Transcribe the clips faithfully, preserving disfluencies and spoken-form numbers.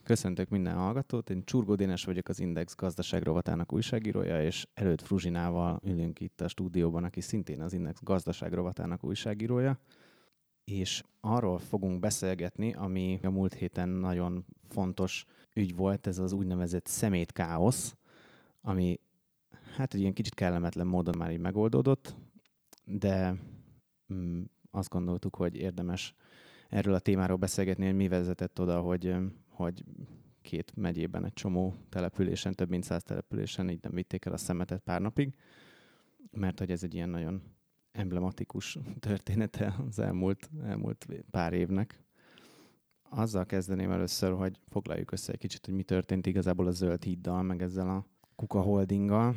Köszöntök minden hallgatót, én Csurgó Dénes vagyok, az Index gazdaság rovatának újságírója, és Előtt Fruzsinával ülünk itt a stúdióban, aki szintén az Index gazdaság rovatának újságírója, és arról fogunk beszélgetni, ami a múlt héten nagyon fontos ügy volt, ez az úgynevezett szemétkáosz, ami hát egy ilyen kicsit kellemetlen módon már így megoldódott, de mm, azt gondoltuk, hogy érdemes erről a témáról beszélgetni, hogy mi vezetett oda, hogy, hogy két megyében egy csomó településen, több mint száz településen így nem vitték el a szemetet pár napig, mert hogy ez egy ilyen nagyon emblematikus története az elmúlt, elmúlt pár évnek. Azzal kezdeném először, hogy foglaljuk össze egy kicsit, hogy mi történt igazából a Zöld híddal, meg ezzel a Kuka Holdinggal.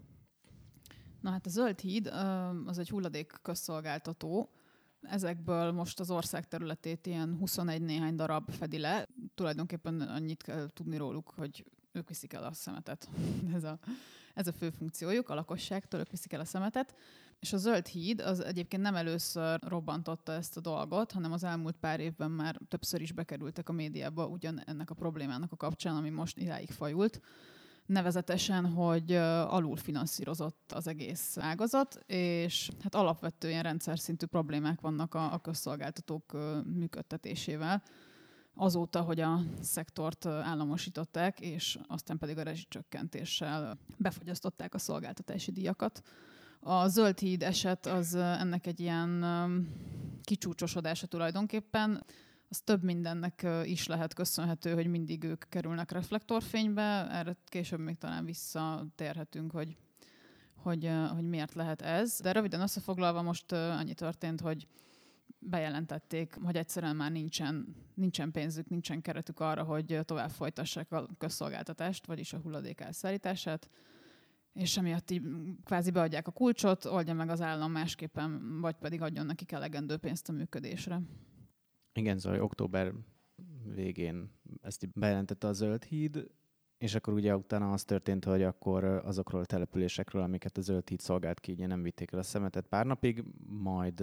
Na hát a Zöld híd az egy hulladék közszolgáltató. Ezekből most az ország területét ilyen huszonegy néhány darab fedi le. Tulajdonképpen annyit kell tudni róluk, hogy ők viszik el a szemetet. Ez a, ez a fő funkciójuk, a lakosságtól ők viszik el a szemetet. És a Zöld híd az egyébként nem először robbantotta ezt a dolgot, hanem az elmúlt pár évben már többször is bekerültek a médiába ugyan ennek a problémának a kapcsán, ami most idáig fajult. Nevezetesen, hogy alulfinanszírozott az egész ágazat, és hát alapvetően rendszer szintű problémák vannak a, a közszolgáltatók működtetésével. Azóta, hogy a szektort államosították, és aztán pedig a rezsicsökkentéssel befogyasztották a szolgáltatási díjakat. A Zöld híd eset az ennek egy ilyen kicsúcsosodása tulajdonképpen. Az több mindennek is lehet köszönhető, hogy mindig ők kerülnek reflektorfénybe. Erre később még talán visszatérhetünk, hogy, hogy, hogy miért lehet ez. De röviden összefoglalva most annyi történt, hogy bejelentették, hogy egyszerűen már nincsen, nincsen pénzük, nincsen keretük arra, hogy tovább folytassák a közszolgáltatást, vagyis a hulladék elszállítását, és emiatt így kvázi beadják a kulcsot, oldja meg az állam másképpen, vagy pedig adjon nekik elegendő pénzt a működésre. Igen, szóval október végén ezt bejelentette a Zöld híd, és akkor ugye utána az történt, hogy akkor azokról a településekről, amiket a Zöld híd szolgált ki, ugye nem vitték el a szemetet pár napig, majd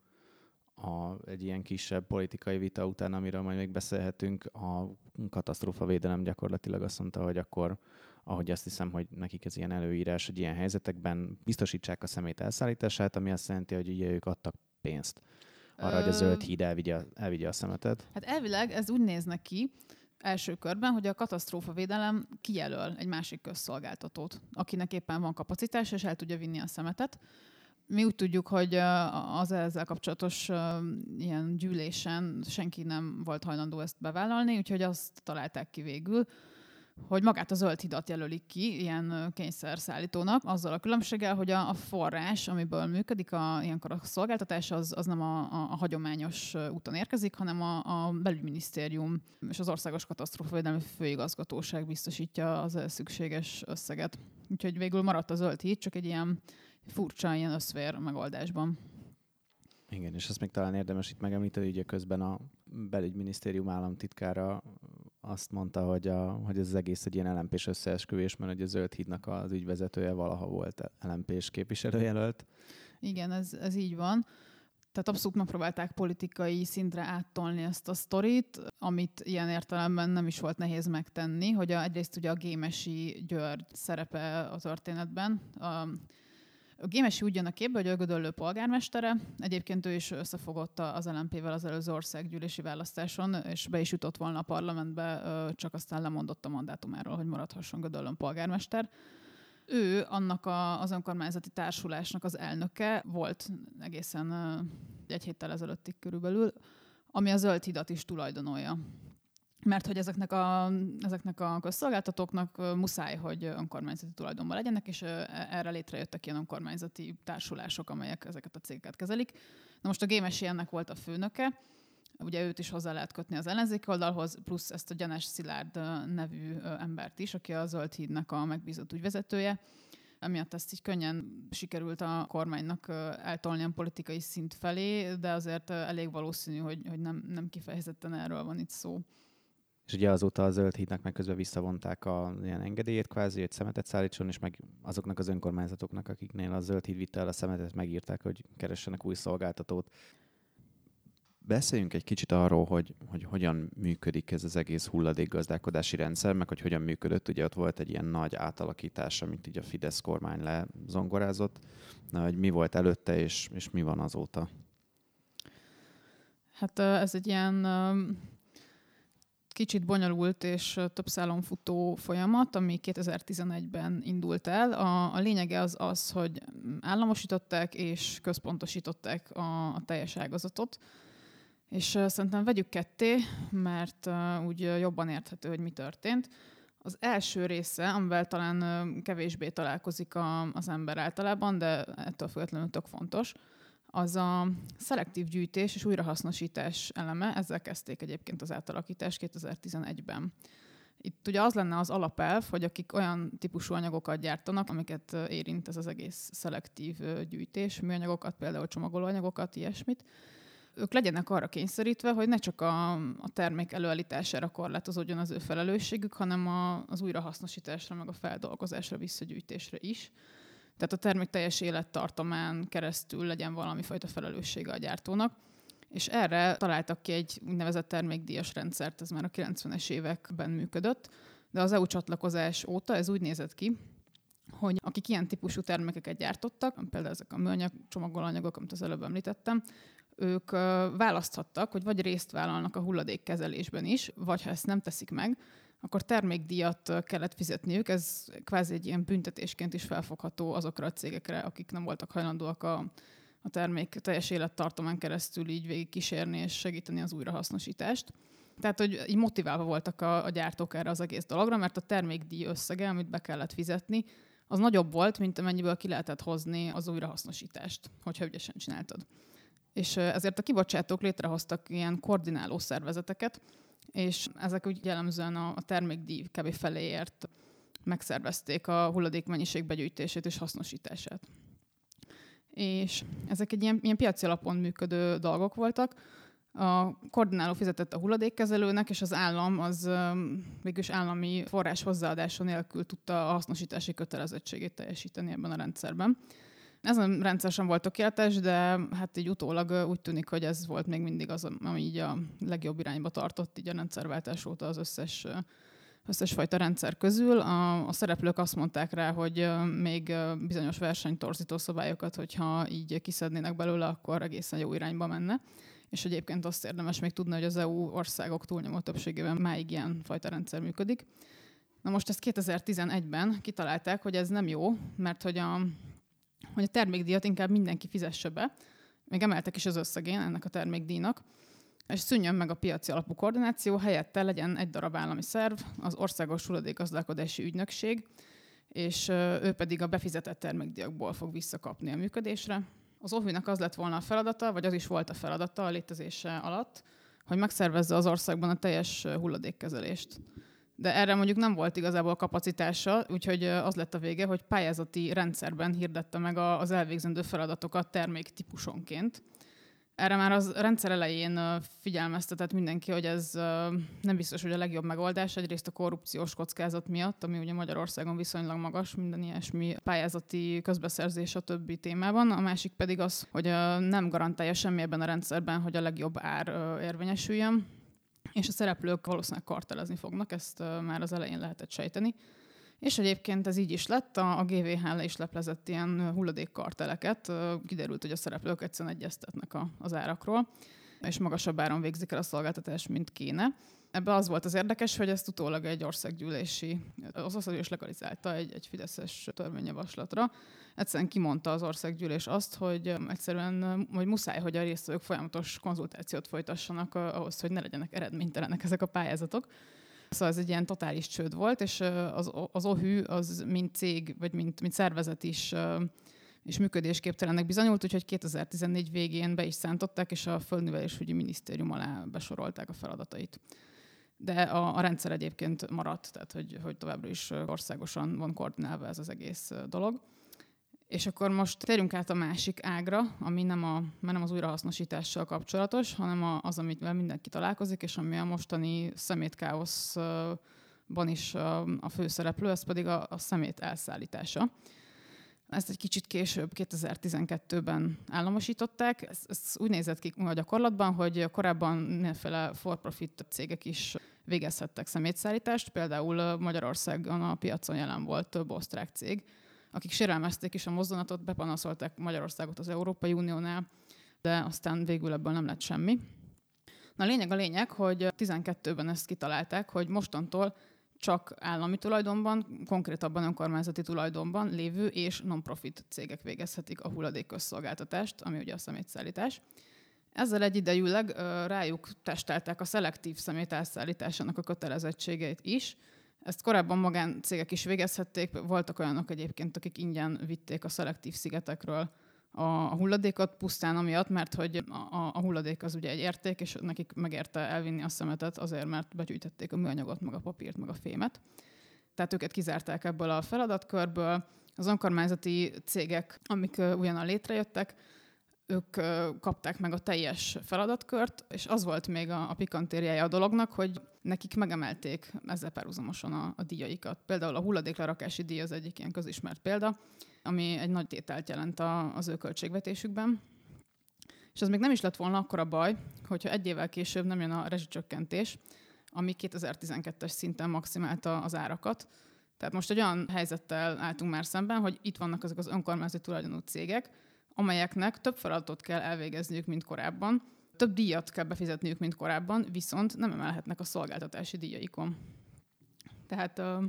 a, egy ilyen kisebb politikai vita után, amiről majd még beszélhetünk, a katasztrófavédelem gyakorlatilag azt mondta, hogy akkor, ahogy azt hiszem, hogy nekik ez ilyen előírás, hogy ilyen helyzetekben biztosítsák a szemét elszállítását, ami azt jelenti, hogy ugye ők adtak pénzt arra, Ö... hogy a Zöld híd elvigye, elvigye a szemetet. Hát elvileg ez úgy néz neki első körben, hogy a katasztrófavédelem kijelöl egy másik közszolgáltatót, akinek éppen van kapacitása, és el tudja vinni a szemetet. Mi úgy tudjuk, hogy az ezzel kapcsolatos ilyen gyűlésen senki nem volt hajlandó ezt bevállalni, úgyhogy azt találták ki végül, hogy magát a Zöld hidat jelölik ki ilyen kényszerszállítónak, azzal a különbséggel, hogy a, a forrás, amiből működik a, ilyenkor a szolgáltatás, az, az nem a, a, a hagyományos úton érkezik, hanem a, a belügyminisztérium és az Országos Katasztrófavédelmi Főigazgatóság biztosítja az szükséges összeget. Úgyhogy végül maradt a Zöld híd, csak egy ilyen furcsa, ilyen összvér megoldásban. Igen, és azt még talán érdemes itt megemlíteni, ugye közben a belügyminisztérium államtitkára azt mondta, hogy, a, hogy ez az egész egy ilyen el em pés összeesküvés, mert hogy a Zöld hídnak az ügyvezetője valaha volt el em pés képviselőjelölt. Igen, ez, ez így van. Tehát abszolút megpróbálták politikai szintre áttolni ezt a sztorit, amit ilyen értelemben nem is volt nehéz megtenni, hogy a, egyrészt ugye a Gémesi György szerepe a történetben. A, A Gémesi úgy jön a képbe, hogy a Gödöllő polgármestere. Egyébként ő is összefogott az el em pével az előző országgyűlési választáson, és be is jutott volna a parlamentbe, csak aztán lemondott a mandátumáról, hogy maradhasson Gödöllőn polgármester. Ő annak a, az önkormányzati társulásnak az elnöke volt egészen egy héttel ezelőttig körülbelül, ami a Zöld hidat is tulajdonolja. Mert hogy ezeknek a, ezeknek a közszolgáltatóknak muszáj, hogy önkormányzati tulajdonban legyenek, és erre létrejöttek ilyen önkormányzati társulások, amelyek ezeket a cégeket kezelik. Na most a Gémesi ennek volt a főnöke, ugye őt is hozzá lehet kötni az ellenzéki oldalhoz, plusz ezt a Gyenes Szilárd nevű embert is, aki a Zöld hídnak a megbízott ügyvezetője. Emiatt ezt így könnyen sikerült a kormánynak eltolni a politikai szint felé, de azért elég valószínű, hogy, hogy nem, nem kifejezetten erről van itt szó. És ugye azóta a Zöld hídnak meg közben visszavonták a ilyen engedélyét kvázi, hogy szemetet szállítson, és meg azoknak az önkormányzatoknak, akiknél a Zöld híd vitte el a szemetet, megírták, hogy keressenek új szolgáltatót. Beszéljünk egy kicsit arról, hogy, hogy hogyan működik ez az egész hulladékgazdálkodási rendszer, meg hogy hogyan működött. Ugye ott volt egy ilyen nagy átalakítás, amit így a Fidesz kormány lezongorázott. Na, hogy mi volt előtte, és, és mi van azóta? Hát ez egy ilyen kicsit bonyolult és több szálon futó folyamat, ami kétezer-tizenegyben indult el. A, a lényege az az, hogy államosították és központosították a, a teljes ágazatot. És uh, szerintem vegyük ketté, mert uh, úgy uh, jobban érthető, hogy mi történt. Az első része, amivel talán uh, kevésbé találkozik a, az ember általában, de ettől függetlenül tök fontos, az a szelektív gyűjtés és újrahasznosítás eleme. Ezzel kezdték egyébként az átalakítást kétezer-tizenegyben. Itt ugye az lenne az alapelv, hogy akik olyan típusú anyagokat gyártanak, amiket uh, érint ez az egész szelektív uh, gyűjtés, műanyagokat, például csomagolóanyagokat, ilyesmit, ők legyenek arra kényszerítve, hogy ne csak a, a termék előállítására korlátozódjon az ő felelősségük, hanem a, az újrahasznosításra, meg a feldolgozásra, visszagyűjtésre is. Tehát a termék teljes élettartamán keresztül legyen valami fajta felelőssége a gyártónak. És erre találtak ki egy úgynevezett termékdíjas rendszert, ez már a kilencvenes években működött, de az é u csatlakozás óta ez úgy nézett ki, hogy akik ilyen típusú termékeket gyártottak, például ezek a műanyag csomagolóanyagok, amit az előbb említettem, ők választhattak, hogy vagy részt vállalnak a hulladékkezelésben is, vagy ha ezt nem teszik meg, akkor termékdíjat kellett fizetniük. Ez kvázi egy ilyen büntetésként is felfogható azokra a cégekre, akik nem voltak hajlandóak a, a termék teljes élettartamán keresztül így végig kísérni és segíteni az újrahasznosítást. Tehát, hogy így motiválva voltak a, a gyártók erre az egész dologra, mert a termékdíj összege, amit be kellett fizetni, az nagyobb volt, mint amennyiből ki lehetett hozni az újrahasznosítást, hogyha ügyesen csináltad. És ezért a kibocsátók létrehoztak ilyen koordináló szervezeteket, és ezek úgy jellemzően a, a termékdíj kb. Feléért megszervezték a hulladék mennyiségbegyűjtését és hasznosítását. És ezek egy ilyen, ilyen piaci alapon működő dolgok voltak. A koordináló fizetett a hulladékkezelőnek, és az állam az végülis állami forrás hozzáadása nélkül tudta a hasznosítási kötelezettségét teljesíteni ebben a rendszerben. Ez a rendszer sem volt tökéletes, de hát így utólag úgy tűnik, hogy ez volt még mindig az, ami így a legjobb irányba tartott így a rendszerváltás óta az összes, összes fajta rendszer közül. A, a szereplők azt mondták rá, hogy még bizonyos versenytorzító szabályokat, hogyha így kiszednének belőle, akkor egészen jó irányba menne. És egyébként azt érdemes még tudni, hogy az é u országok túlnyomó többségében máig ilyen fajta rendszer működik. Na most ezt kétezer-tizenegyben kitalálták, hogy ez nem jó, mert hogy a hogy a termékdíjat inkább mindenki fizesse be, még emeltek is az összegén ennek a termékdíjnak, és szűnjön meg a piaci alapú koordináció, helyette legyen egy darab állami szerv, az Országos Hulladékgazdálkodási Ügynökség, és ő pedig a befizetett termékdíjakból fog visszakapni a működésre. Az o hú nek az lett volna a feladata, vagy az is volt a feladata a létezése alatt, hogy megszervezze az országban a teljes hulladékkezelést. De erre mondjuk nem volt igazából kapacitása, úgyhogy az lett a vége, hogy pályázati rendszerben hirdette meg az elvégzendő feladatokat terméktípusonként. Erre már az rendszer elején figyelmeztetett mindenki, hogy ez nem biztos, hogy a legjobb megoldás. Egyrészt a korrupciós kockázat miatt, ami ugye Magyarországon viszonylag magas, minden ilyesmi pályázati közbeszerzés a többi témában. A másik pedig az, hogy nem garantálja semmi ebben a rendszerben, hogy a legjobb ár érvényesüljön. És a szereplők valószínűleg kartelezni fognak, ezt már az elején lehetett sejteni. És egyébként ez így is lett, a gé vé há le is leplezett ilyen hulladékkarteleket. Kiderült, hogy a szereplők egyszerűen egyeztetnek az árakról, és magasabb áron végzik el a szolgáltatást, mint kéne. Ebben az volt az érdekes, hogy ezt utólag egy országgyűlési, az országgyűlés legalizálta egy, egy fideszes törvényjavaslatra. Egyszerűen kimondta az országgyűlés azt, hogy egyszerűen hogy muszáj, hogy a résztvevők folyamatos konzultációt folytassanak ahhoz, hogy ne legyenek eredménytelenek ezek a pályázatok. Szóval ez egy ilyen totális csőd volt, és az, az o hú az mint cég, vagy mint, mint szervezet is és működésképtelennek bizonyult, úgyhogy kétezer-tizennégy végén be is szántották, és a Földművelésügyi Minisztérium alá besorolták a feladatait. De a, a rendszer egyébként maradt, tehát hogy, hogy továbbra is országosan van koordinálva ez az egész dolog. És akkor most térjünk át a másik ágra, ami nem, a, nem az újrahasznosítással kapcsolatos, hanem az, amivel mindenki találkozik, és ami a mostani szemétkáoszban is a főszereplő, ez pedig a, a szemét elszállítása. Ezt egy kicsit később, kétezer-tizenkettőben államosították. Ez, ez úgy nézett ki a gyakorlatban, hogy korábban mindenféle for-profit cégek is végezhettek szemétszállítást. Például Magyarországon a piacon jelen volt több osztrák cég, akik sérelmezték is a mozdulatot, bepanaszolták Magyarországot az Európai Uniónál, de aztán végül ebből nem lett semmi. Na a lényeg a lényeg, hogy tizenkettőben ezt kitalálták, hogy mostantól csak állami tulajdonban, konkrétabban önkormányzati tulajdonban lévő és non-profit cégek végezhetik a hulladékközszolgáltatást, ami ugye a szemétszállítás. Ezzel egyidejűleg rájuk testálták a szelektív szemét elszállításának a kötelezettségeit is. Ezt korábban magáncégek is végezhették, voltak olyanok egyébként, akik ingyen vitték a szelektív szigetekről a hulladékot, pusztán amiatt, mert hogy a, a hulladék az ugye egy érték, és nekik megérte elvinni a szemetet azért, mert begyűjtették a műanyagot, meg a papírt, meg a fémet. Tehát őket kizárták ebből a feladatkörből. Az önkormányzati cégek, amik uh, ugyanan létrejöttek, ők uh, kapták meg a teljes feladatkört, és az volt még a, a pikantériája a dolognak, hogy nekik megemelték ezzel párhuzamosan a, a díjaikat. Például a hulladéklerakási díj az egyik ilyen közismert példa, ami egy nagy tételt jelent a, az ő költségvetésükben. És ez még nem is lett volna akkora baj, hogyha egy évvel később nem jön a rezsicsökkentés, ami kétezer-tizenkettes szinten maximálta az árakat. Tehát most egy olyan helyzettel álltunk már szemben, hogy itt vannak ezek az önkormányzati tulajdonú cégek, amelyeknek több feladatot kell elvégezniük, mint korábban, több díjat kell befizetniük, mint korábban, viszont nem emelhetnek a szolgáltatási díjaikon. Tehát uh,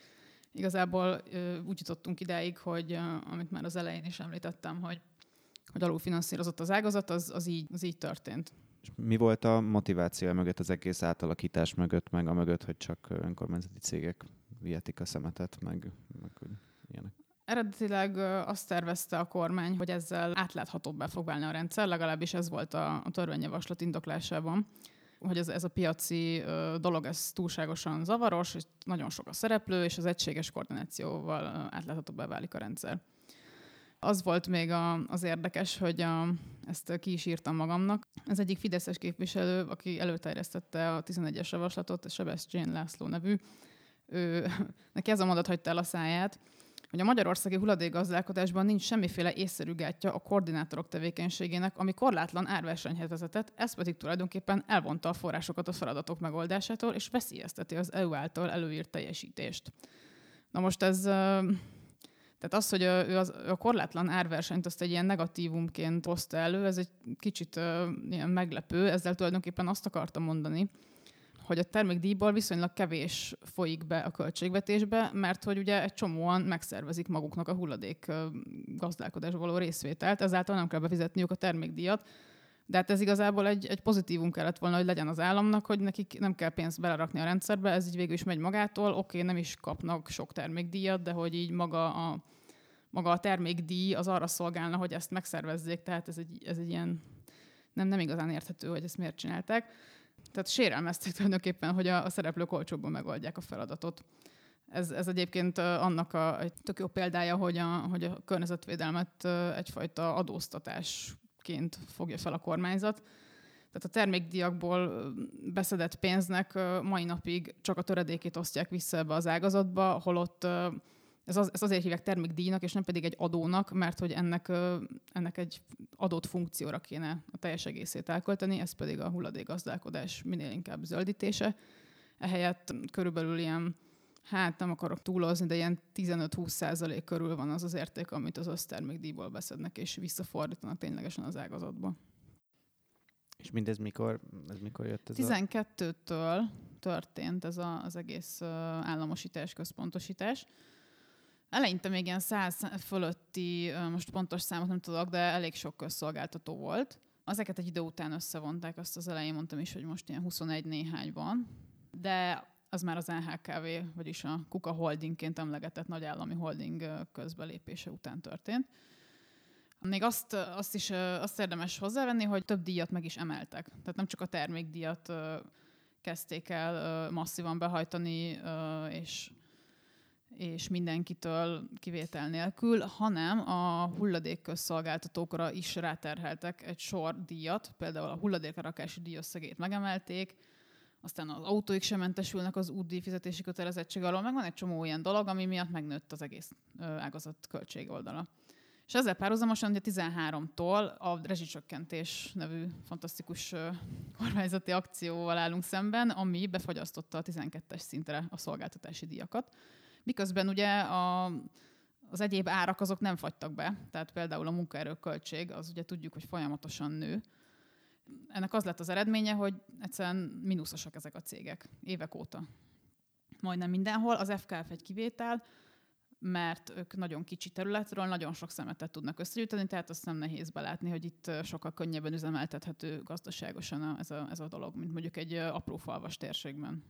igazából uh, úgy jutottunk idáig, hogy uh, amit már az elején is említettem, hogy, hogy alulfinanszírozott az ágazat, az, az, így, az így történt. És mi volt a motiváció mögött, az egész átalakítás mögött, meg a mögött, hogy csak önkormányzati cégek vihetik a szemetet, meg, meg ilyenek? Eredetileg azt tervezte a kormány, hogy ezzel átláthatóbbá fog válni a rendszer, legalábbis ez volt a, a törvényjavaslat indoklásában, hogy ez, ez a piaci dolog ez túlságosan zavaros, és nagyon sok a szereplő, és az egységes koordinációval átláthatóbbá válik a rendszer. Az volt még a, az érdekes, hogy a, ezt ki is írtam magamnak. Az egyik fideszes képviselő, aki előterjesztette a tizenegyes javaslatot, a Sebestyén László nevű, ő, neki ez a mondat hagyta el a száját, hogy a magyarországi hulladékgazdálkodásban nincs semmiféle észszerű gátja a koordinátorok tevékenységének, ami korlátlan árversenyhez vezetett, ez pedig tulajdonképpen elvonta a forrásokat a feladatok megoldásától, és veszélyezteti az é u által előírt teljesítést. Na most ez, tehát az, hogy ő az, a korlátlan árversenyt azt egy ilyen negatívumként hozta elő, ez egy kicsit ilyen meglepő, ezzel tulajdonképpen azt akartam mondani, hogy a termékdíjból viszonylag kevés folyik be a költségvetésbe, mert hogy ugye egy csomóan megszervezik maguknak a hulladék gazdálkodásban való részvételt, ezáltal nem kell befizetniük a termékdíjat, de hát ez igazából egy, egy pozitívum kellett volna, hogy legyen az államnak, hogy nekik nem kell pénzt belerakni a rendszerbe, ez így végül is megy magától, oké, nem is kapnak sok termékdíjat, de hogy így maga a, maga a termékdíj az arra szolgálna, hogy ezt megszervezzék, tehát ez egy, ez egy ilyen nem, nem igazán érthető, hogy ezt miért csinálták. Tehát sérelmezték tulajdonképpen, hogy a, a szereplők olcsóbban megoldják a feladatot. Ez, ez egyébként annak a, egy tök jó példája, hogy a, hogy a környezetvédelmet egyfajta adóztatásként fogja fel a kormányzat. Tehát a termékdíjakból beszedett pénznek mai napig csak a töredékét osztják vissza ebbe az ágazatba, holott ez, az, ez azért hívják termékdíjnak, és nem pedig egy adónak, mert hogy ennek, ennek egy adott funkcióra kéne a teljes egészét elkölteni, ez pedig a hulladékgazdálkodás minél inkább zöldítése. Ehelyett körülbelül ilyen, hát nem akarok túlozni, de ilyen tizenöt-húsz százalék körül van az az érték, amit az össztermékdíjból beszednek, és visszafordítanak ténylegesen az ágazatba. És mindez mikor, ez mikor jött ez tizenkettőtől a... történt ez a, az egész államosítás, központosítás. Eleinte még ilyen száz fölötti, most pontos számot nem tudok, de elég sok közszolgáltató volt. Ezeket egy idő után összevonták, azt az elején mondtam is, hogy most ilyen huszonegy néhány van, de az már az en há ká vé, vagyis a Kuka Holdingként emlegetett nagy állami holding közbelépése után történt. Még azt, azt is azt érdemes hozzávenni, hogy több díjat meg is emeltek. Tehát nem csak a termékdíjat kezdték el masszívan behajtani, és és mindenkitől kivétel nélkül, hanem a hulladékközszolgáltatókra is ráterheltek egy sor díjat, például a hulladéklerakási díj összegét megemelték, aztán az autóik sem mentesülnek az útdíj fizetési kötelezettség alól, meg van egy csomó olyan dolog, ami miatt megnőtt az egész ágazat költségoldala. És ezzel párhuzamosan ugye tizenháromtól a rezsicsökkentés nevű fantasztikus kormányzati akcióval állunk szemben, ami befagyasztotta a tizenkettes szintre a szolgáltatási díjakat. Miközben ugye a, az egyéb árak azok nem fagytak be, tehát például a munkaerőköltség, az ugye tudjuk, hogy folyamatosan nő. Ennek az lett az eredménye, hogy egyszerűen mínuszosak ezek a cégek évek óta. Majdnem mindenhol. Az ef ká ef egy kivétel, mert ők nagyon kicsi területről nagyon sok szemetet tudnak összegyűjteni, tehát azt nem nehéz belátni, hogy itt sokkal könnyebben üzemeltethető gazdaságosan ez a, ez a dolog, mint mondjuk egy apró falvas térségben.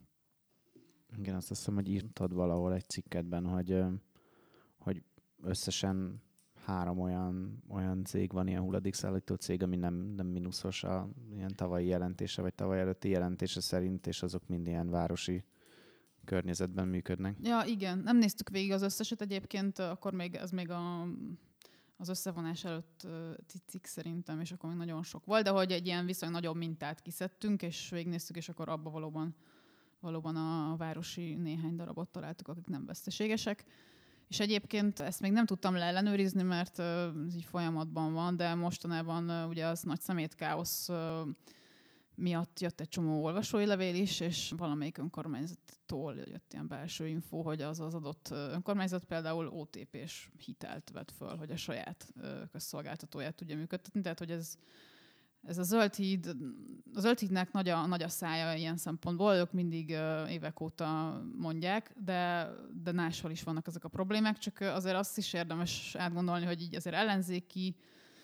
Igen, azt hiszem, hogy írtad valahol egy cikketben, hogy, hogy összesen három olyan, olyan cég van, ilyen hulladékszállító cég, ami nem, nem mínuszos a ilyen tavalyi jelentése, vagy tavaly előtti jelentése szerint, és azok mind ilyen városi környezetben működnek. Ja, igen. Nem néztük végig az összeset egyébként, akkor még ez még a, az összevonás előtt cikk szerintem, és akkor még nagyon sok volt, de hogy egy ilyen viszonylag nagyobb mintát kiszedtünk, és végignéztük, és akkor abban valóban, valóban a városi néhány darabot találtuk, akik nem veszteségesek. És egyébként ezt még nem tudtam leellenőrizni, mert ez így folyamatban van, de mostanában ugye az nagy szemétkáosz miatt jött egy csomó olvasói levél is, és valamelyik önkormányzattól jött ilyen belső info, hogy az az adott önkormányzat például o té pés hitelt vett föl, hogy a saját közszolgáltatóját tudja működtetni. Tehát, hogy ez, ez a zöld híd, a zöld hídnek nagy a, nagy a szája ilyen szempontból, ők mindig évek óta mondják, de, de máshol is vannak ezek a problémák, csak azért azt is érdemes átgondolni, hogy így azért ellenzéki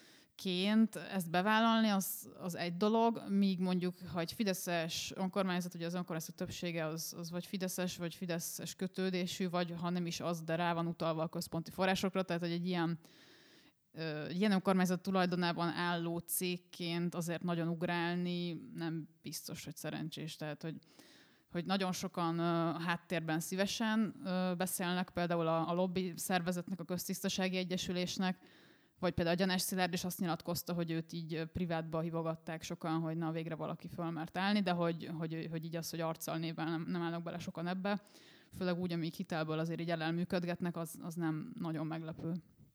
ként ezt bevállalni, az, az egy dolog, míg mondjuk, ha egy fideszes önkormányzat, ugye az önkormányzat többsége az, az vagy fideszes, vagy fideszes kötődésű, vagy ha nem is az, de rá van utalva a központi forrásokra, tehát hogy egy ilyen, egy ilyen önkormányzat tulajdonában álló cégként azért nagyon ugrálni nem biztos, hogy szerencsés. Tehát, hogy, hogy nagyon sokan uh, háttérben szívesen uh, beszélnek, például a, a lobby szervezetnek, a Köztisztasági Egyesülésnek, vagy például a Gyanás Szilárd is azt nyilatkozta, hogy őt így privátba hívogatták sokan, hogy na végre valaki fölmert állni, de hogy, hogy, hogy így az, hogy arccal névvel nem, nem állnak bele sokan ebbe. Főleg úgy, amíg hitelből azért így elelműködgetnek, az, az nem nagyon meglepő.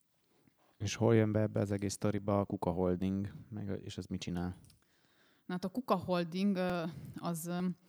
És hol jön be ebbe az egész sztoriba a Kuka Holding, meg, és ez mit csinál? Na hát a Kuka Holding az...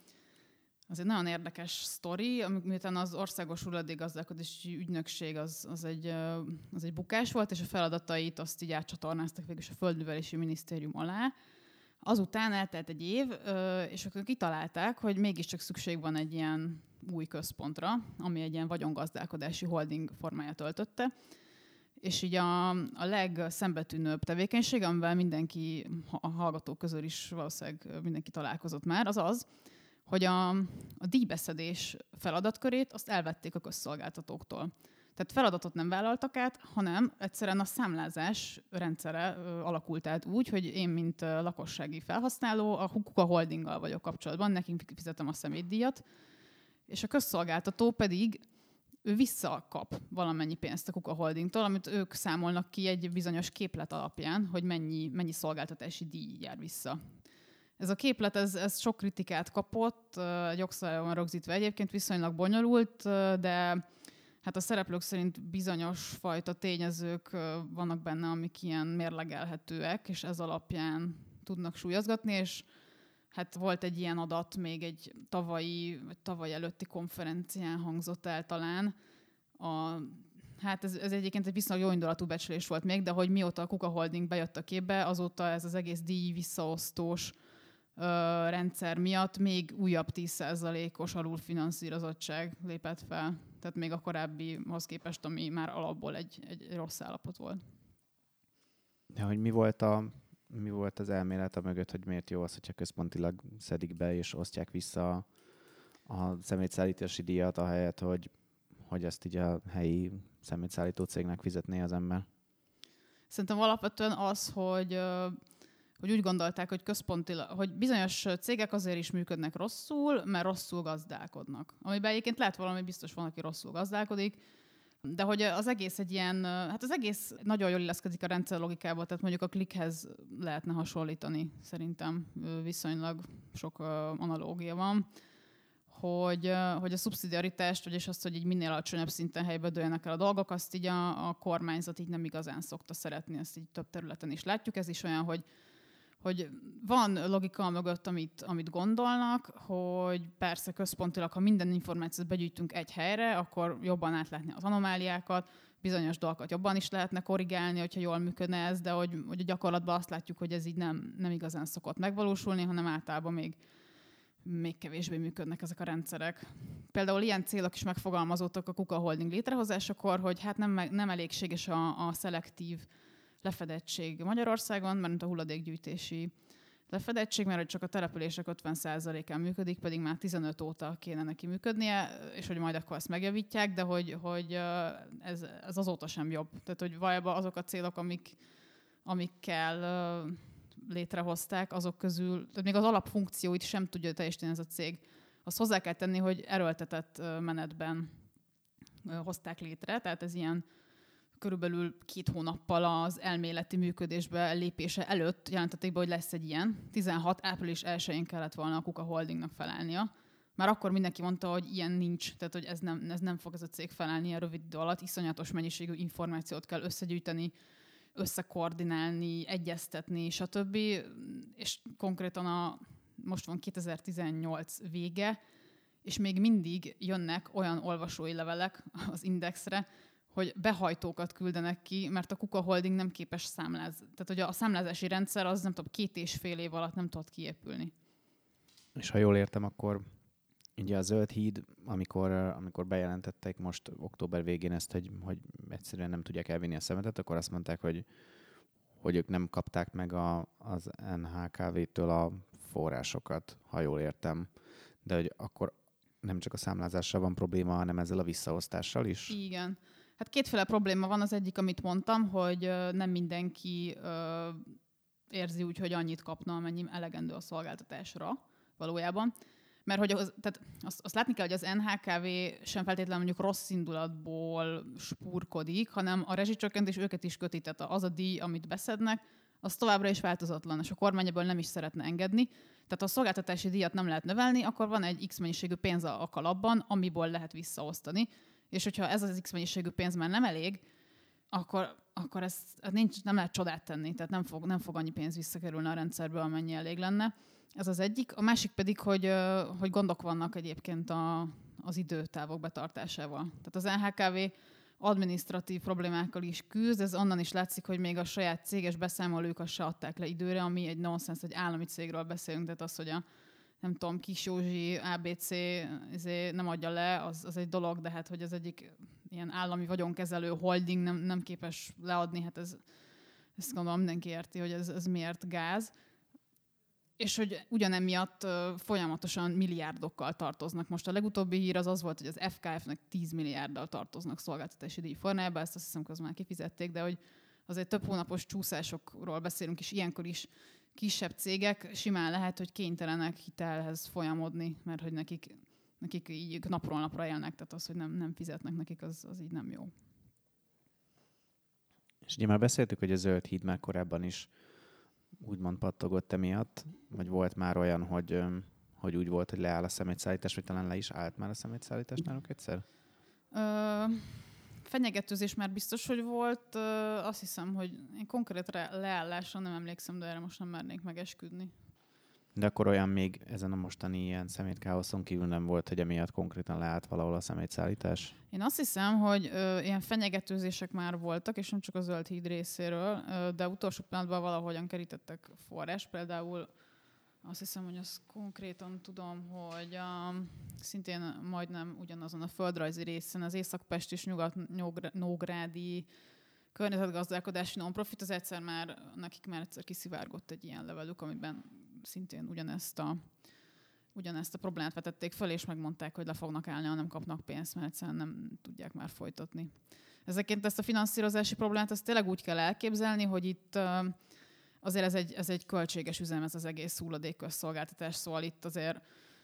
Az egy nagyon érdekes sztori, miután az Országos Hulladékgazdálkodási Ügynökség az, az, egy, az egy bukás volt, és a feladatait azt így átcsatornáztak végül is a Földművelési Minisztérium alá. Azután eltelt egy év, és akkor kitalálták, hogy mégiscsak szükség van egy ilyen új központra, ami egy ilyen vagyongazdálkodási holding formáját öltötte. És így a, a legszembetűnőbb tevékenység, amivel mindenki, a hallgatók közül is valószínűleg mindenki találkozott már, az az, hogy a, a díjbeszedés feladatkörét azt elvették a közszolgáltatóktól. Tehát feladatot nem vállaltak át, hanem egyszerűen a számlázás rendszere ö, alakult át úgy, hogy én, mint ö, lakossági felhasználó, a Kuka Holdinggal vagyok kapcsolatban, nekünk fizetem a szemétdíjat, és a közszolgáltató pedig ő visszakap valamennyi pénzt a Kuka Holdingtól, amit ők számolnak ki egy bizonyos képlet alapján, hogy mennyi, mennyi szolgáltatási díj jár vissza. Ez a képlet, ez, ez sok kritikát kapott, egy jogszabályon rögzítve egyébként viszonylag bonyolult, de hát a szereplők szerint bizonyos fajta tényezők vannak benne, amik ilyen mérlegelhetőek, és ez alapján tudnak súlyozgatni, és hát volt egy ilyen adat még egy tavalyi, vagy tavaly előtti konferencián hangzott el talán. A, hát ez, ez egyébként egy viszonylag jó indulatú becslés volt még, de hogy mióta a Kuka Holding bejött a képbe, azóta ez az egész díj visszaosztós ö, rendszer miatt még újabb tíz százalékos alulfinanszírozottság lépett fel. Tehát még a korábbihoz képest, ami már alapból egy, egy rossz állapot volt. De hogy mi volt, a, mi volt az elmélet a mögött, hogy miért jó az, hogyha központilag szedik be és osztják vissza a, a szemétszállítási díjat, ahelyett, hogy, hogy ezt így a helyi szemétszállító cégnek fizetné az ember? Szerintem alapvetően az, hogy, hogy úgy gondolták, hogy központilag, hogy bizonyos cégek azért is működnek rosszul, mert rosszul gazdálkodnak. Amiben egyébként lehet valami, biztos van, aki rosszul gazdálkodik. De hogy az egész egy ilyen, hát az egész nagyon jól illeszkedik a rendszer logikába, tehát mondjuk a Clickhez lehetne hasonlítani, szerintem viszonylag sok analógia van, hogy, hogy a szubszidiaritást, vagyis azt, hogy így minél alacsonyabb szinten helybe dőljenek el a dolgok, azt így a, a kormányzat így nem igazán szokta szeretni, ezt így több területen is látjuk. Ez is olyan, hogy hogy van logika mögött, amit, amit gondolnak, hogy persze központilag, ha minden információt begyűjtünk egy helyre, akkor jobban átlátni az anomáliákat, bizonyos dolgokat jobban is lehetne korrigálni, hogyha jól működne ez, de hogy, hogy a gyakorlatban azt látjuk, hogy ez így nem, nem igazán szokott megvalósulni, hanem általában még, még kevésbé működnek ezek a rendszerek. Például ilyen célok is megfogalmazottak a KUKA Holding létrehozásakor, hogy hát nem, nem elégséges a, a szelektív lefedettség Magyarországon, mert a hulladékgyűjtési lefedettség, mert csak a települések ötven százalékán működik, pedig már tizenöt óta kéne neki működnie, és hogy majd akkor ezt megjavítják, de hogy, hogy ez, ez azóta sem jobb. Tehát, hogy valójában azok a célok, amik, amikkel létrehozták, azok közül, tehát még az alapfunkcióit sem tudja teljesíteni ez a cég. Azt hozzá kell tenni, hogy erőltetett menetben hozták létre, tehát ez ilyen körülbelül két hónappal az elméleti működésbe lépése előtt jelentették be, hogy lesz egy ilyen. tizenhat április elsején kellett volna a KUKA Holdingnak felállnia. Már akkor mindenki mondta, hogy ilyen nincs, tehát hogy ez nem, ez nem fog ez a cég felállni a rövid idő alatt. Iszonyatos mennyiségű információt kell összegyűjteni, összekoordinálni, egyeztetni, stb. És konkrétan a, most van kétezer-tizennyolc vége, és még mindig jönnek olyan olvasói levelek az Indexre, hogy behajtókat küldenek ki, mert a KUKA Holding nem képes számlázni. Tehát, hogy a számlázási rendszer az nem tudom, két és fél év alatt nem tudott kiépülni. És ha jól értem, akkor ugye a Zöld híd, amikor, amikor bejelentették most október végén ezt, hogy, hogy egyszerűen nem tudják elvinni a szemetet, akkor azt mondták, hogy, hogy ők nem kapták meg a, az en há ká vé-től a forrásokat, ha jól értem. De hogy akkor nem csak a számlázással van probléma, hanem ezzel a visszaosztással is? Igen. Hát kétféle probléma van. Az egyik, amit mondtam, hogy nem mindenki érzi úgy, hogy annyit kapna, amennyi elegendő a szolgáltatásra valójában. Mert hogy az, tehát azt, azt látni kell, hogy az en há ká vé sem feltétlenül mondjuk rossz indulatból spúrkodik, hanem a rezsicsökkentés őket is köti. Tehát az a díj, amit beszednek, az továbbra is változatlan, és a kormány ebből nem is szeretne engedni. Tehát ha a szolgáltatási díjat nem lehet növelni, akkor van egy X mennyiségű pénz a kalapban, amiből lehet visszaosztani. És hogyha ez az X mennyiségű pénz már nem elég, akkor, akkor ezt nincs, nem lehet csodát tenni, tehát nem fog, nem fog annyi pénz visszakerülni a rendszerbe, amennyi elég lenne. Ez az egyik. A másik pedig, hogy, hogy gondok vannak egyébként a, az időtávok betartásával. Tehát az en há ká vé adminisztratív problémákkal is küzd, ez onnan is látszik, hogy még a saját céges beszámolókat se adták le időre, ami egy nonsens, egy állami cégről beszélünk, tehát az, hogy a nem tudom, Kis Józsi, á bé cé nem adja le, az, az egy dolog, de hát, hogy az egyik ilyen állami vagyonkezelő holding nem, nem képes leadni, hát ez, ezt gondolom mindenki érti, hogy ez, ez miért gáz. És hogy ugyanemiatt uh, folyamatosan milliárdokkal tartoznak. Most a legutóbbi hír az az volt, hogy az ef ká ef-nek tíz milliárddal tartoznak szolgáltatási díj formájában, ezt azt hiszem, közben már kifizették, de hogy azért több hónapos csúszásokról beszélünk, és ilyenkor is kisebb cégek simán lehet, hogy kénytelenek hitelhez folyamodni, mert hogy nekik, nekik így napról napra élnek, tehát az, hogy nem, nem fizetnek nekik, az, az így nem jó. És ugye már beszéltük, hogy a Zöld híd már korábban is úgymond pattogott emiatt, vagy volt már olyan, hogy, hogy úgy volt, hogy leáll a szemétszállítás, vagy talán le is állt már a szemétszállítás náluk egyszer? Ö, fenyegetőzés már biztos, hogy volt. Ö, azt hiszem, hogy én konkrét leállásra nem emlékszem, de erre most nem mernék megesküdni. De akkor olyan még ezen a mostani ilyen szemétkáoszon kívül nem volt, hogy emiatt konkrétan leállt valahol a szemétszállítás? Én azt hiszem, hogy ö, ilyen fenyegetőzések már voltak, és nem csak a Zöld híd részéről, ö, de utolsó pillanatban valahogyan kerítettek forrás. Például azt hiszem, hogy azt konkrétan tudom, hogy a, szintén majdnem ugyanazon a földrajzi részen az Észak-Pest és Nyugat-Nógrádi környezetgazdálkodási non-profit, az egyszer már, nekik már egyszer kiszivárgott egy ilyen levelük, amiben szintén ugyanezt a, ugyanezt a problémát vetették föl, és megmondták, hogy le fognak állni, ha nem kapnak pénzt, mert egyszerűen nem tudják már folytatni. Ezekként ezt a finanszírozási problémát ezt tényleg úgy kell elképzelni, hogy itt azért ez egy, ez egy költséges üzem, ez az egész hulladékközszolgáltatás, szóval itt azért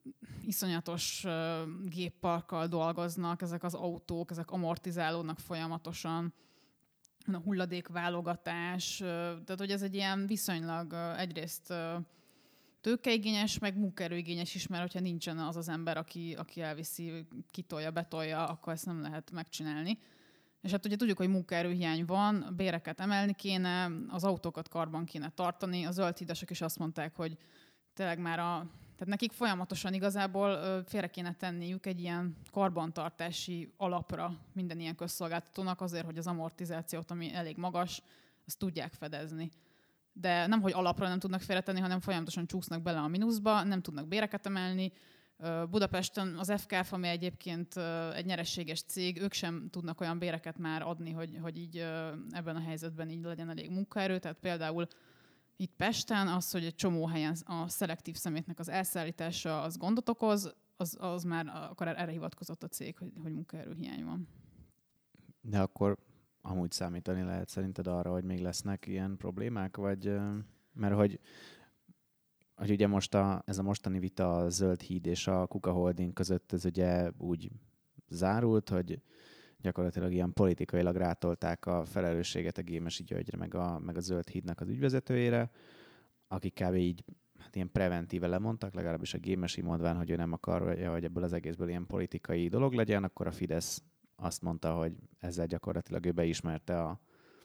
iszonyatos gépparkkal dolgoznak, ezek az autók, ezek amortizálódnak folyamatosan, a hulladékválogatás, tehát hogy ez egy ilyen viszonylag egyrészt tőkeigényes, meg munkaerőigényes is, mert hogyha nincsen az az ember, aki, aki elviszi, kitolja, betolja, akkor ezt nem lehet megcsinálni. És hát ugye tudjuk, hogy munkaerőhiány van, béreket emelni kéne, az autókat karban kéne tartani. A zöldhídasok is azt mondták, hogy tényleg már a... Tehát nekik folyamatosan igazából félre kéne tenniük egy ilyen karbantartási alapra minden ilyen közszolgáltatónak azért, hogy az amortizációt, ami elég magas, azt tudják fedezni. De nem, hogy alapra nem tudnak félretenni, hanem folyamatosan csúsznak bele a mínuszba, nem tudnak béreket emelni. Budapesten az ef ká ef, ami egyébként egy nyereséges cég, ők sem tudnak olyan béreket már adni, hogy, hogy így ebben a helyzetben így legyen elég munkaerő. Tehát például itt Pesten az, hogy egy csomó helyen a szelektív szemétnek az elszállítása az gondot okoz, az, az már akkor erre hivatkozott a cég, hogy, hogy munkaerőhiány van. De akkor amúgy számítani lehet szerinted arra, hogy még lesznek ilyen problémák? Vagy, mert hogy, hogy ugye most a, ez a mostani vita a Zöld Híd és a Kuka Holding között ez ugye úgy zárult, hogy gyakorlatilag ilyen politikailag rátolták a felelősséget a Gémesi Györgyre, meg a, meg a Zöld Hídnak az ügyvezetőjére, akik kb. Így hát ilyen preventíve lemondtak, legalábbis a Gémesi mondván, hogy ő nem akarja, hogy ebből az egészből ilyen politikai dolog legyen, akkor a Fidesz azt mondta, hogy ezzel gyakorlatilag ő beismerte a,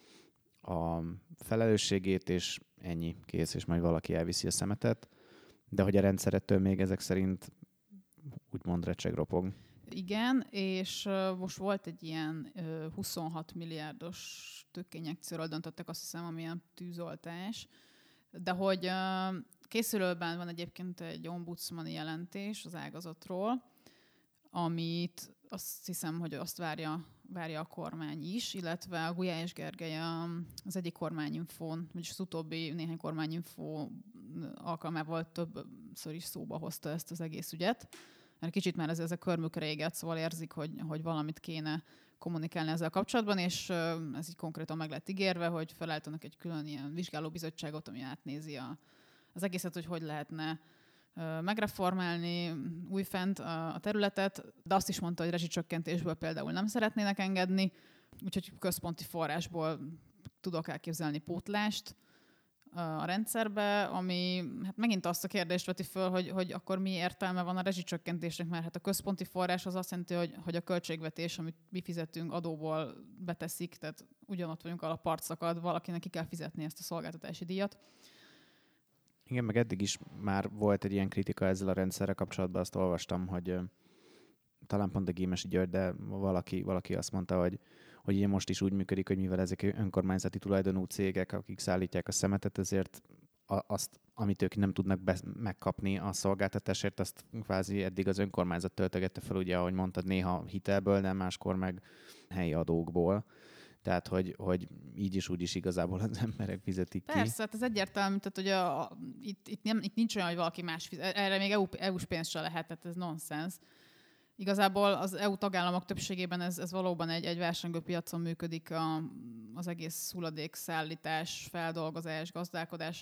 a felelősségét, és ennyi, kész, és majd valaki elviszi a szemetet. De hogy a rendszerettől még ezek szerint úgymond recseg ropog. Igen, és uh, most volt egy ilyen uh, huszonhat milliárdos tőkeinjekcióról döntöttek, azt hiszem, amilyen tűzoltás. De hogy uh, készülőben van egyébként egy ombudsmani jelentés az ágazatról, amit azt hiszem, hogy azt várja, várja a kormány is, illetve a Gulyás Gergely az egyik kormányinfón, vagyis az utóbbi néhány kormányinfó alkalmával többször is szóba hozta ezt az egész ügyet. Mert kicsit már ez, ez a körmük réget, szóval érzik, hogy, hogy valamit kéne kommunikálni ezzel kapcsolatban, és ez így konkrétan meg lett ígérve, hogy felállítanak egy külön ilyen vizsgálóbizottságot, ami átnézi a, az egészet, hogy hogy lehetne megreformálni újfent a területet, de azt is mondta, hogy rezsicsökkentésből például nem szeretnének engedni, úgyhogy központi forrásból tudok elképzelni pótlást a rendszerbe, ami hát megint azt a kérdést veti föl, hogy, hogy akkor mi értelme van a rezsicsökkentésnek, mert hát a központi forrás az azt jelenti, hogy, hogy a költségvetés, amit mi fizetünk, adóból beteszik, tehát ugyanott vagyunk alatt szakad, valakinek ki kell fizetni ezt a szolgáltatási díjat. Igen, meg eddig is már volt egy ilyen kritika ezzel a rendszerrel kapcsolatban, azt olvastam, hogy uh, talán pont a Gémesi György, de valaki, valaki azt mondta, hogy, hogy ilyen most is úgy működik, hogy mivel ezek önkormányzati tulajdonú cégek, akik szállítják a szemetet, ezért a, azt, amit ők nem tudnak be, megkapni a szolgáltatásért, azt kvázi eddig az önkormányzat töltögette fel, ugye, ahogy mondtad, néha hitelből, de máskor meg helyi adókból. Tehát, hogy, hogy így is úgy is igazából az emberek fizetik ki. Persze, hát ez egyértelmű, tehát hogy a, a, itt, itt, nem, itt nincs olyan, hogy valaki más fizet. Erre még é u, é u-s pénz se lehet, tehát ez nonsens. Igazából az é u tagállamok többségében ez, ez valóban egy, egy versengő piacon működik a, az egész hulladékszállítás, feldolgozás, gazdálkodás.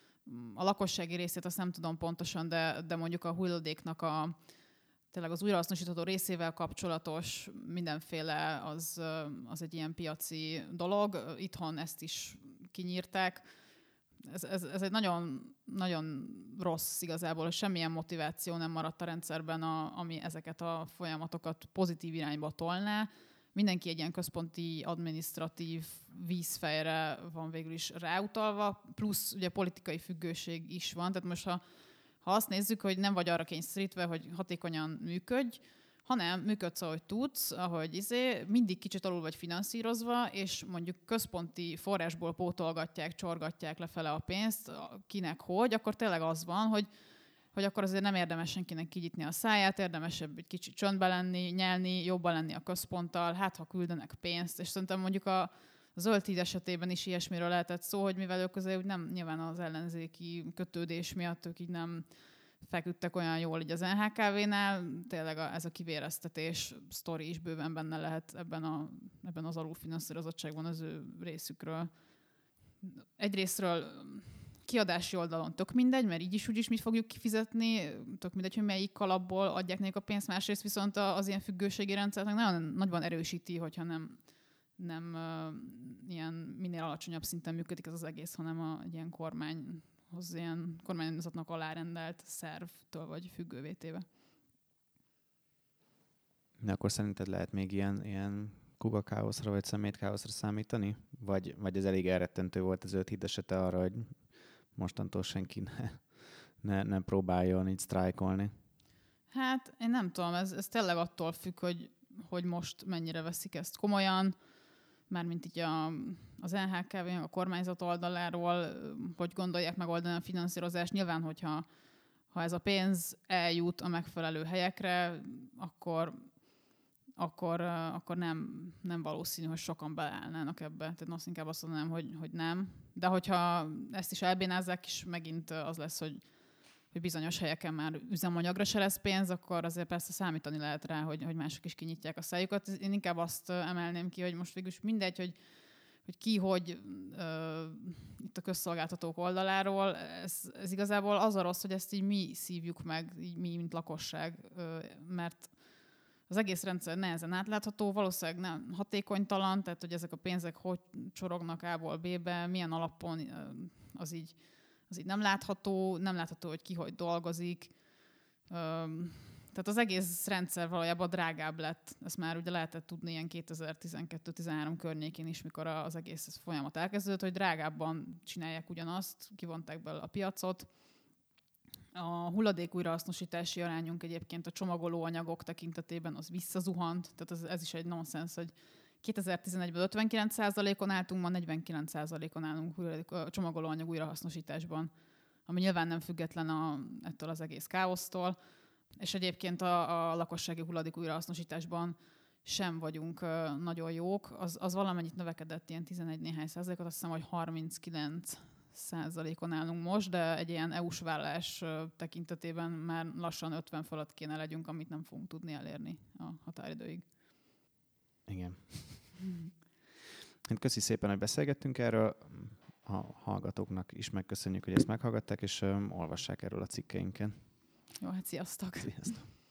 A lakossági részét azt nem tudom pontosan, de, de mondjuk a hulladéknak a tényleg az újrahasznosítható részével kapcsolatos mindenféle az, az egy ilyen piaci dolog. Itthon ezt is kinyírták. Ez, ez, ez egy nagyon, nagyon rossz igazából, hogy semmilyen motiváció nem maradt a rendszerben, a, ami ezeket a folyamatokat pozitív irányba tolná. Mindenki egy ilyen központi, adminisztratív vízfejre van végül is ráutalva, plusz ugye politikai függőség is van. Tehát most, ha Ha azt nézzük, hogy nem vagy arra kényszerítve, hogy hatékonyan működj, hanem működsz, ahogy tudsz, ahogy izé, mindig kicsit alul vagy finanszírozva, és mondjuk központi forrásból pótolgatják, csorgatják lefele a pénzt, kinek hogy, akkor tényleg az van, hogy, hogy akkor azért nem érdemes senkinek kinyitni a száját, érdemesebb egy kicsit csöndbe lenni, nyelni, jobban lenni a központtal, hát ha küldenek pénzt, és szerintem mondjuk a A Zöld Híd esetében is ilyesmiről lehetett szó, hogy mivel ők azért úgy nem nyilván az ellenzéki kötődés miatt ők így nem feküdtek olyan jól így az en há ká vé-nál, tényleg a, ez a kivéreztetés sztori is bőven benne lehet ebben, a, ebben az alulfinanszírozottságban az ő részükről. Egyrésztről kiadási oldalon tök mindegy, mert így is úgy is mit fogjuk kifizetni, tök mindegy, hogy melyik alapból adják nekik a pénzt, másrészt viszont az ilyen függőségi rendszert nagyon nagyban erősíti, hogyha nem, nem uh, ilyen minél alacsonyabb szinten működik ez az egész, hanem a, egy ilyen kormányhoz, ilyen kormányzatnak alárendelt szervtől vagy függővé téve. De akkor szerinted lehet még ilyen, ilyen kugakáoszra vagy szemétkáoszra számítani? Vagy, vagy ez elég elrettentő volt az Zöld Híd esete arra, hogy mostantól senki ne, ne, ne próbáljon így sztrájkolni? Hát én nem tudom, ez, ez tényleg attól függ, hogy, hogy most mennyire veszik ezt komolyan, mármint így a, az en há ká vé, a kormányzat oldaláról, hogy gondolják megoldani a finanszírozást. Nyilván, hogyha ha ez a pénz eljut a megfelelő helyekre, akkor akkor, akkor nem, nem valószínű, hogy sokan beállnának ebbe. Tehát azt inkább azt mondanám, hogy, hogy nem. De hogyha ezt is elbénázzák, és megint az lesz, hogy, hogy bizonyos helyeken már üzemanyagra se lesz pénz, akkor azért persze számítani lehet rá, hogy, hogy mások is kinyitják a szájukat. Én inkább azt emelném ki, hogy most végülis mindegy, hogy, hogy ki, hogy uh, itt a közszolgáltatók oldaláról, ez, ez igazából az a rossz, hogy ezt így mi szívjuk meg, így mi, mint lakosság, uh, mert az egész rendszer nehezen átlátható, valószínűleg nem hatékonytalan, tehát hogy ezek a pénzek hogy csorognak A-ból B-be, milyen alapon, az így, az így nem látható, nem látható, hogy ki hogy dolgozik. Tehát az egész rendszer valójában drágább lett. Ezt már ugye lehetett tudni ilyen kétezer-tizenkettő-tizenhárom környékén is, mikor az egész folyamat elkezdődött, hogy drágábban csinálják ugyanazt, kivonták belőle a piacot. A hulladék újrahasznosítási arányunk egyébként a csomagolóanyagok tekintetében az visszazuhant, tehát ez, ez is egy nonsens, hogy kétezer-tizenegyben ötvenkilenc százalékon álltunk, ma negyvenkilenc százalékon állunk a csomagolóanyag újrahasznosításban, ami nyilván nem független a, ettől az egész káosztól, és egyébként a, a lakossági hulladék újrahasznosításban sem vagyunk uh, nagyon jók. Az, az valamennyit növekedett, ilyen tizenegy néhány százalékot, azt hiszem, hogy harminckilenc százalékon állunk most, de egy ilyen é u-s vállalás tekintetében már lassan ötven fölött kéne legyünk, amit nem fogunk tudni elérni a határidőig. Igen. Hát köszi szépen, hogy beszélgettünk erről. A hallgatóknak is megköszönjük, hogy ezt meghallgatták, és um, olvassák erről a cikkeinken. Jó, hát sziasztok! Sziasztok!